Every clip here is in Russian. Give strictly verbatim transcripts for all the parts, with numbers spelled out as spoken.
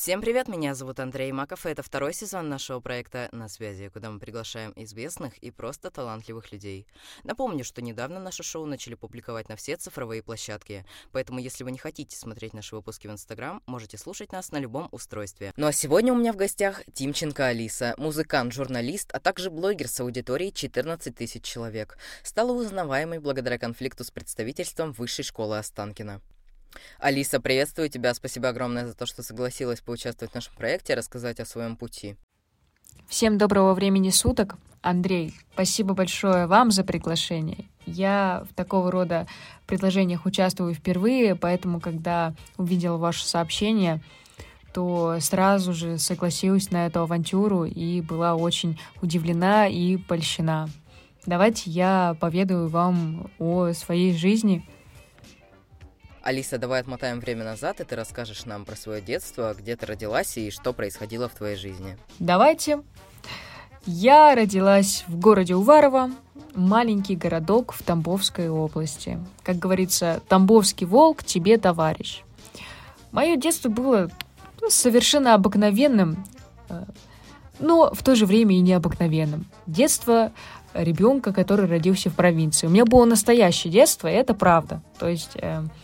Всем привет, меня зовут Андрей Маков, и это второй сезон нашего проекта «На связи», куда мы приглашаем известных и просто талантливых людей. Напомню, что недавно наше шоу начали публиковать на все цифровые площадки, поэтому если вы не хотите смотреть наши выпуски в Инстаграм, можете слушать нас на любом устройстве. Ну а сегодня у меня в гостях Тимченко Алиса, музыкант, журналист, а также блогер с аудиторией четырнадцать тысяч человек. Стала узнаваемой благодаря конфликту с представительством Высшей школы Останкино. Алиса, приветствую тебя. Спасибо огромное за то, что согласилась поучаствовать в нашем проекте и рассказать о своем пути. Всем доброго времени суток. Андрей, спасибо большое вам за приглашение. Я в такого рода предложениях участвую впервые, поэтому, когда увидела ваше сообщение, то сразу же согласилась на эту авантюру и была очень удивлена и польщена. Давайте я поведаю вам о своей жизни. Алиса, давай отмотаем время назад, и ты расскажешь нам про свое детство, где ты родилась и что происходило в твоей жизни. Давайте. Я родилась в городе Уварово, маленький городок в Тамбовской области. Как говорится, тамбовский волк тебе товарищ. Мое детство было совершенно обыкновенным, но в то же время и необыкновенным. Детство ребенка, который родился в провинции. У меня было настоящее детство, и это правда. То есть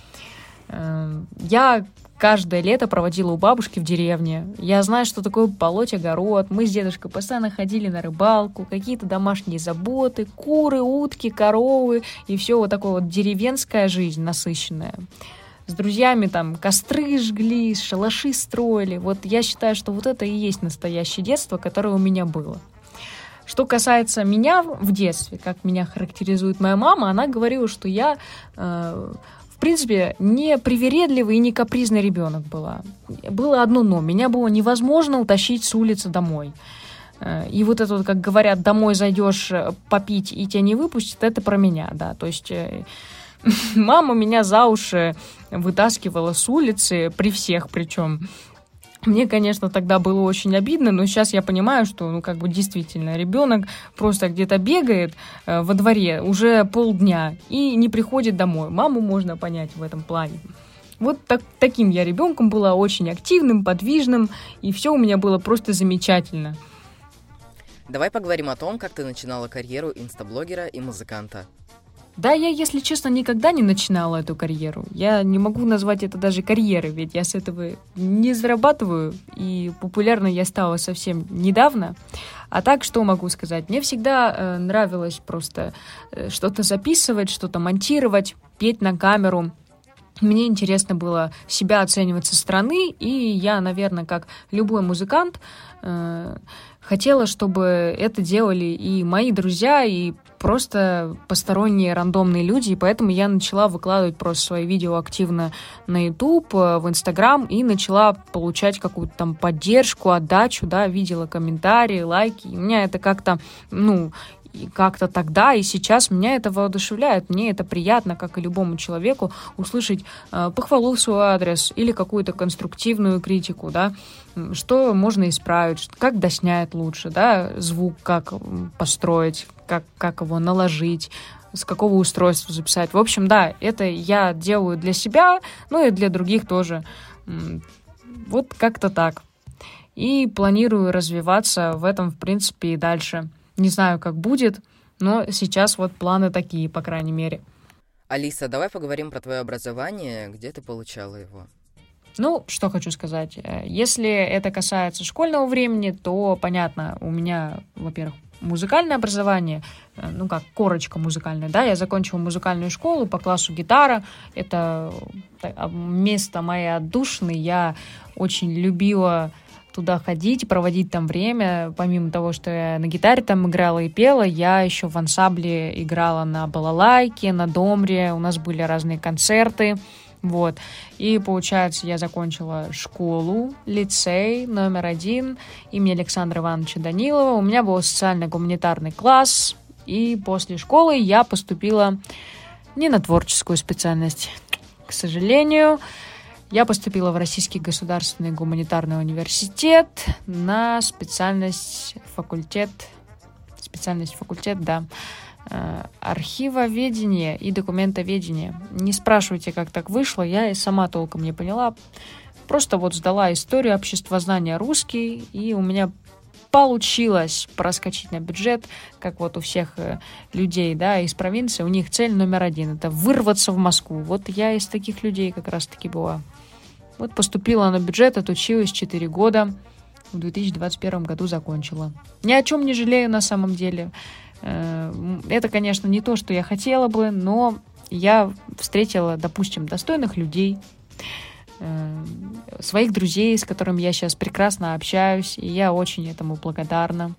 я каждое лето проводила у бабушки в деревне. Я знаю, что такое полоть огород. Мы с дедушкой постоянно ходили на рыбалку, какие-то домашние заботы, куры, утки, коровы и все вот такое вот деревенская жизнь насыщенная. С друзьями там костры жгли, шалаши строили. Вот я считаю, что вот это и есть настоящее детство, которое у меня было. Что касается меня в детстве, как меня характеризует моя мама, она говорила, что я... Э, В принципе, не привередливый и не капризный ребенок была. Было одно но. Меня было невозможно утащить с улицы домой. И вот это вот, как говорят, домой зайдешь попить и тебя не выпустят, это про меня, да. То есть мама меня за уши вытаскивала с улицы, при всех причем. Мне, конечно, тогда было очень обидно, но сейчас я понимаю, что, ну, как бы действительно, ребенок просто где-то бегает э, во дворе уже полдня и не приходит домой. Маму можно понять в этом плане. Вот так, таким я ребенком была, очень активным, подвижным, и все у меня было просто замечательно. Давай поговорим о том, как ты начинала карьеру инстаблогера и музыканта. Да, я, если честно, никогда не начинала эту карьеру. Я не могу назвать это даже карьерой, ведь я с этого не зарабатываю, и популярной я стала совсем недавно. А так, что могу сказать? Мне всегда э, нравилось просто э, что-то записывать, что-то монтировать, петь на камеру. Мне интересно было себя оценивать со стороны, и я, наверное, как любой музыкант, э, хотела, чтобы это делали и мои друзья, и просто посторонние рандомные люди, и поэтому я начала выкладывать просто свои видео активно на YouTube, в Instagram, и начала получать какую-то там поддержку, отдачу, да, видела комментарии, лайки, и меня это как-то, ну, и как-то тогда и сейчас меня это воодушевляет, мне это приятно, как и любому человеку, услышать э, похвалу в свой адрес или какую-то конструктивную критику, да, что можно исправить, как доснять лучше, да, звук, как построить, как, как его наложить, с какого устройства записать. В общем, да, это я делаю для себя, ну и для других тоже. Вот как-то так. И планирую развиваться в этом, в принципе, и дальше. Не знаю, как будет, но сейчас вот планы такие, по крайней мере. Алиса, давай поговорим про твое образование, где ты получала его. Ну, что хочу сказать. Если это касается школьного времени, то, понятно, у меня, во-первых, музыкальное образование, ну как, корочка музыкальная, да, я закончила музыкальную школу по классу гитара, это место моей отдушины, я очень любила туда ходить, проводить там время. Помимо того, что я на гитаре там играла и пела, я еще в ансамбле играла на балалайке, на домре, у нас были разные концерты, вот. И, получается, я закончила школу, лицей номер один имени Александра Ивановича Данилова. У меня был социально-гуманитарный класс, и после школы я поступила не на творческую специальность, к сожалению. Я поступила в Российский государственный гуманитарный университет на специальность факультет, специальность факультет, да, архивоведение и документоведение. Не спрашивайте, как так вышло, я и сама толком не поняла. просто вот сдала историю обществознания русский, и у меня получилось проскочить на бюджет, как вот у всех людей, да, из провинции. У них цель номер один — это вырваться в Москву. Вот я из таких людей как раз-таки была. Вот поступила на бюджет, отучилась четыре года, в две тысячи двадцать первом году закончила. Ни о чем не жалею на самом деле. Это, конечно, не то, что я хотела бы, но я встретила, допустим, достойных людей, своих друзей, с которыми я сейчас прекрасно общаюсь, и я очень этому благодарна.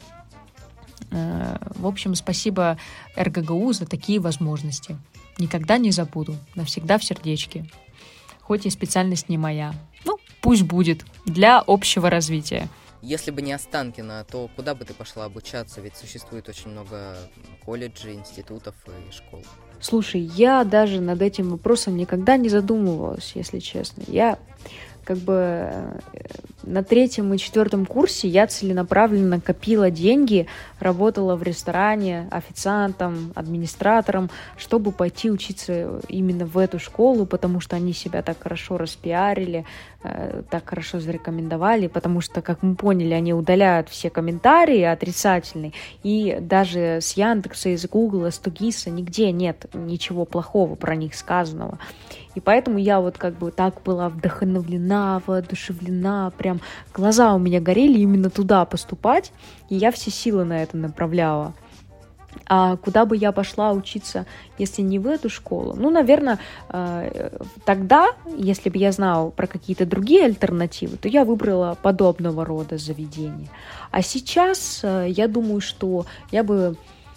В общем, спасибо эр гэ гэ у за такие возможности. Никогда не забуду, навсегда в сердечке. Хоть и специальность не моя. Ну, пусть будет, для общего развития. Если бы не Останкино, то куда бы ты пошла обучаться? Ведь существует очень много колледжей, институтов и школ. Слушай, я даже над этим вопросом никогда не задумывалась, если честно. Я как бы на третьем и четвертом курсе я целенаправленно копила деньги, работала в ресторане официантом, администратором, чтобы пойти учиться именно в эту школу, потому что они себя так хорошо распиарили, так хорошо зарекомендовали, потому что, как мы поняли, они удаляют все комментарии отрицательные, и даже с Яндекса, из Гугла, с Тугиса нигде нет ничего плохого про них сказанного. И поэтому я вот как бы так была вдохновлена, воодушевлена, прям глаза у меня горели именно туда поступать, и я все силы на это направляла. А куда бы я пошла учиться, если не в эту школу? Ну, наверное, тогда, если бы я знала про какие-то другие альтернативы, то я выбрала подобного рода заведения. А сейчас я думаю, что я бы,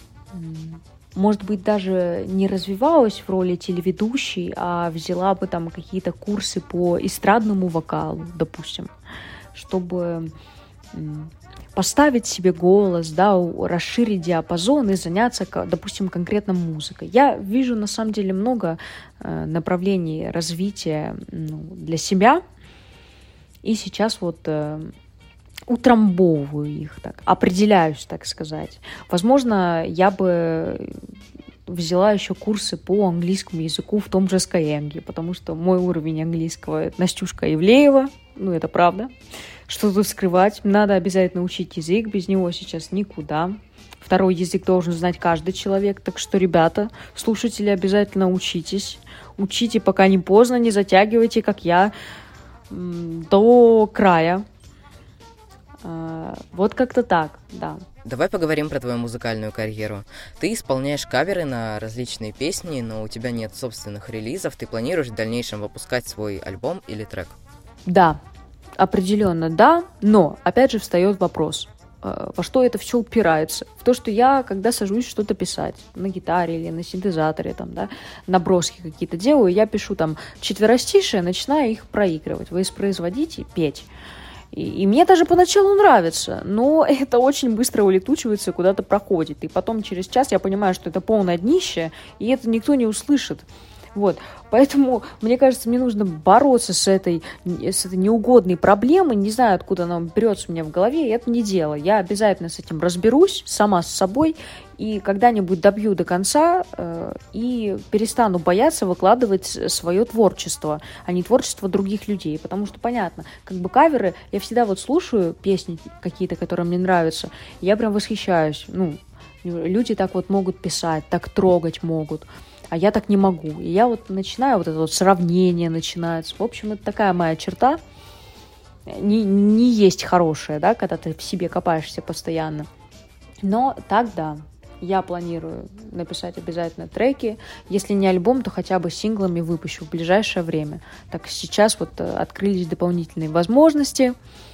может быть, даже не развивалась в роли телеведущей, а взяла бы там какие-то курсы по эстрадному вокалу, допустим, чтобы поставить себе голос, да, расширить диапазон и заняться, допустим, конкретно музыкой. Я вижу, на самом деле, много направлений развития, ну, для себя, и сейчас вот утрамбовываю их, так, определяюсь, так сказать. Возможно, я бы взяла еще курсы по английскому языку в том же Skyeng, потому что мой уровень английского — это Настюшка Ивлеева, ну, это правда. Что тут скрывать? Надо обязательно учить язык, без него сейчас никуда. Второй язык должен знать каждый человек, так что, ребята, слушатели, обязательно учитесь. Учите, пока не поздно, не затягивайте, как я, до края. Вот как-то так, да. Давай поговорим про твою музыкальную карьеру. Ты исполняешь каверы на различные песни, но у тебя нет собственных релизов. Ты планируешь в дальнейшем выпускать свой альбом или трек? Да, определенно да, но опять же встает вопрос, во что это все упирается? В то, что я, когда сажусь что-то писать на гитаре или на синтезаторе, там, да, наброски какие-то делаю, я пишу там четверостишие, начинаю их проигрывать, воспроизводить и петь. И, и мне даже поначалу нравится, но это очень быстро улетучивается, куда-то проходит. И потом через час я понимаю, что это полное днище, и это никто не услышит. Вот. Поэтому, мне кажется, мне нужно бороться с этой, с этой неугодной проблемой. Не знаю, откуда она берется у меня в голове, и это не дело. Я обязательно с этим разберусь, сама с собой, и когда-нибудь добью до конца э, и перестану бояться выкладывать свое творчество, а не творчество других людей. Потому что, понятно, как бы каверы, я всегда вот слушаю песни какие-то, которые мне нравятся, и я прям восхищаюсь. Ну, люди так вот могут писать, так трогать могут. А я так не могу. И я вот начинаю, вот это вот сравнение начинается. В общем, это такая моя черта. Не, не есть хорошая, да, когда ты в себе копаешься постоянно. Но так, да, я планирую написать обязательно треки. Если не альбом, то хотя бы синглами выпущу в ближайшее время. Так сейчас вот открылись дополнительные возможности.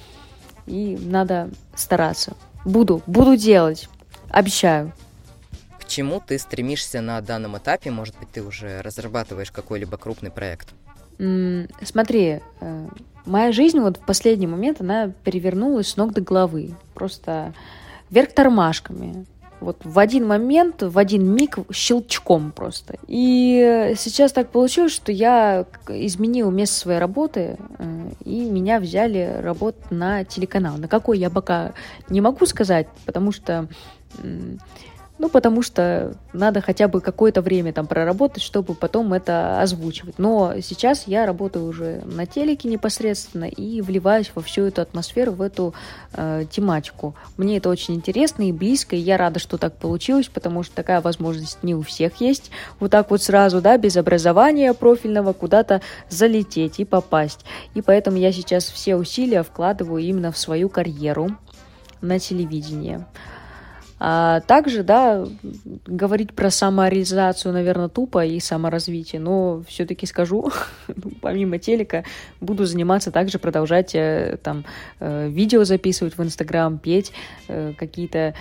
И надо стараться. Буду, буду делать. Обещаю. К чему ты стремишься на данном этапе? Может быть, ты уже разрабатываешь какой-либо крупный проект? М-м, смотри, э, моя жизнь вот в последний момент, она перевернулась с ног до головы. Просто вверх тормашками. Вот в один момент, в один миг, щелчком просто. И сейчас так получилось, что я изменила место своей работы, э, и меня взяли работать на телеканал. На какой я пока не могу сказать, потому что... М- Ну, потому что надо хотя бы какое-то время там проработать, чтобы потом это озвучивать. Но сейчас я работаю уже на телеке непосредственно и вливаюсь во всю эту атмосферу, в эту э, тематику. Мне это очень интересно и близко, и я рада, что так получилось, потому что такая возможность не у всех есть. Вот так вот сразу, да, без образования профильного куда-то залететь и попасть. И поэтому я сейчас все усилия вкладываю именно в свою карьеру на телевидении. А также, да, говорить про самореализацию, наверное, тупо и саморазвитие, но все-таки скажу, помимо телека, буду заниматься также, продолжать там видео записывать в Инстаграм, петь какие-то,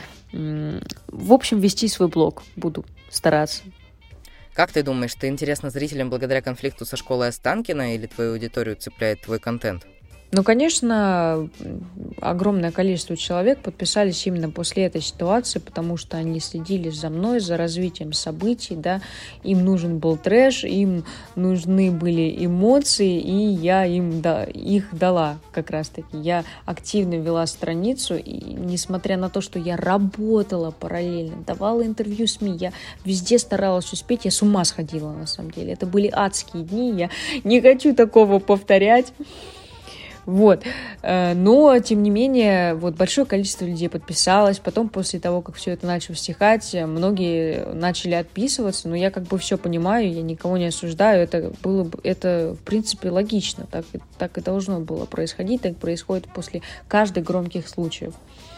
в общем, вести свой блог буду стараться. Как ты думаешь, ты интересна зрителям благодаря конфликту со школой Останкино или твою аудиторию цепляет твой контент? Ну, конечно, огромное количество человек подписались именно после этой ситуации, потому что они следили за мной, за развитием событий, да, им нужен был трэш, им нужны были эмоции, и я им да, их дала как раз-таки. Я активно вела страницу, и несмотря на то, что я работала параллельно, давала интервью СМИ, я везде старалась успеть, я с ума сходила на самом деле. Это были адские дни, я не хочу такого повторять. Вот, но, тем не менее, вот большое количество людей подписалось, потом после того, как все это начало стихать, многие начали отписываться, но я как бы все понимаю, я никого не осуждаю, это было бы, это, в принципе, логично, так, так и должно было происходить, так происходит после каждых громких случаев.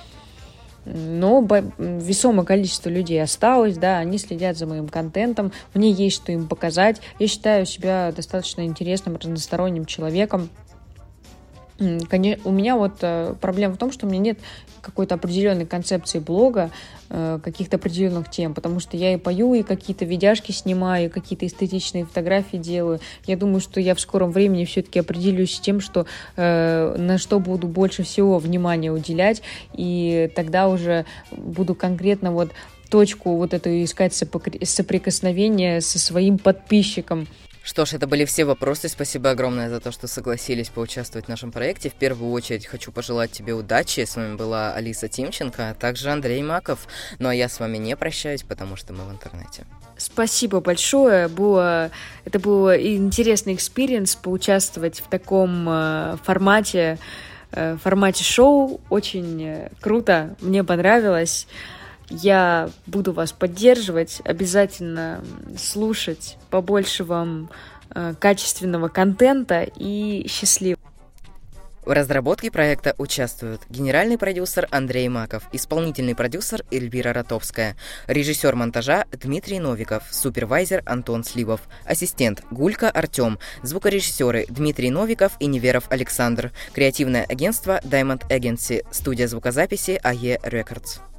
Но весомое количество людей осталось, да, они следят за моим контентом, мне есть что им показать, я считаю себя достаточно интересным, разносторонним человеком. Конечно, у меня вот проблема в том, что у меня нет какой-то определенной концепции блога, каких-то определенных тем, потому что я и пою, и какие-то видяшки снимаю, и какие-то эстетичные фотографии делаю. Я думаю, что я в скором времени все-таки определюсь с тем, что, на что буду больше всего внимания уделять, и тогда уже буду конкретно вот точку вот эту искать соприкосновения со своим подписчиком. Что ж, это были все вопросы. Спасибо огромное за то, что согласились поучаствовать в нашем проекте. В первую очередь хочу пожелать тебе удачи. С вами была Алиса Тимченко, а также Андрей Маков. Ну а я с вами не прощаюсь, потому что мы в интернете. Спасибо большое. Было, это был интересный экспириенс поучаствовать в таком э, формате, э, формате шоу. Очень э, круто, мне понравилось. Я буду вас поддерживать, обязательно слушать побольше вам э, качественного контента и счастливо. В разработке проекта участвуют генеральный продюсер Андрей Маков, исполнительный продюсер Эльвира Ротовская, режиссер монтажа Дмитрий Новиков, супервайзер Антон Сливов, ассистент Гулька Артем, звукорежиссеры Дмитрий Новиков и Неверов Александр, креативное агентство Diamond Agency, студия звукозаписи эй и Records.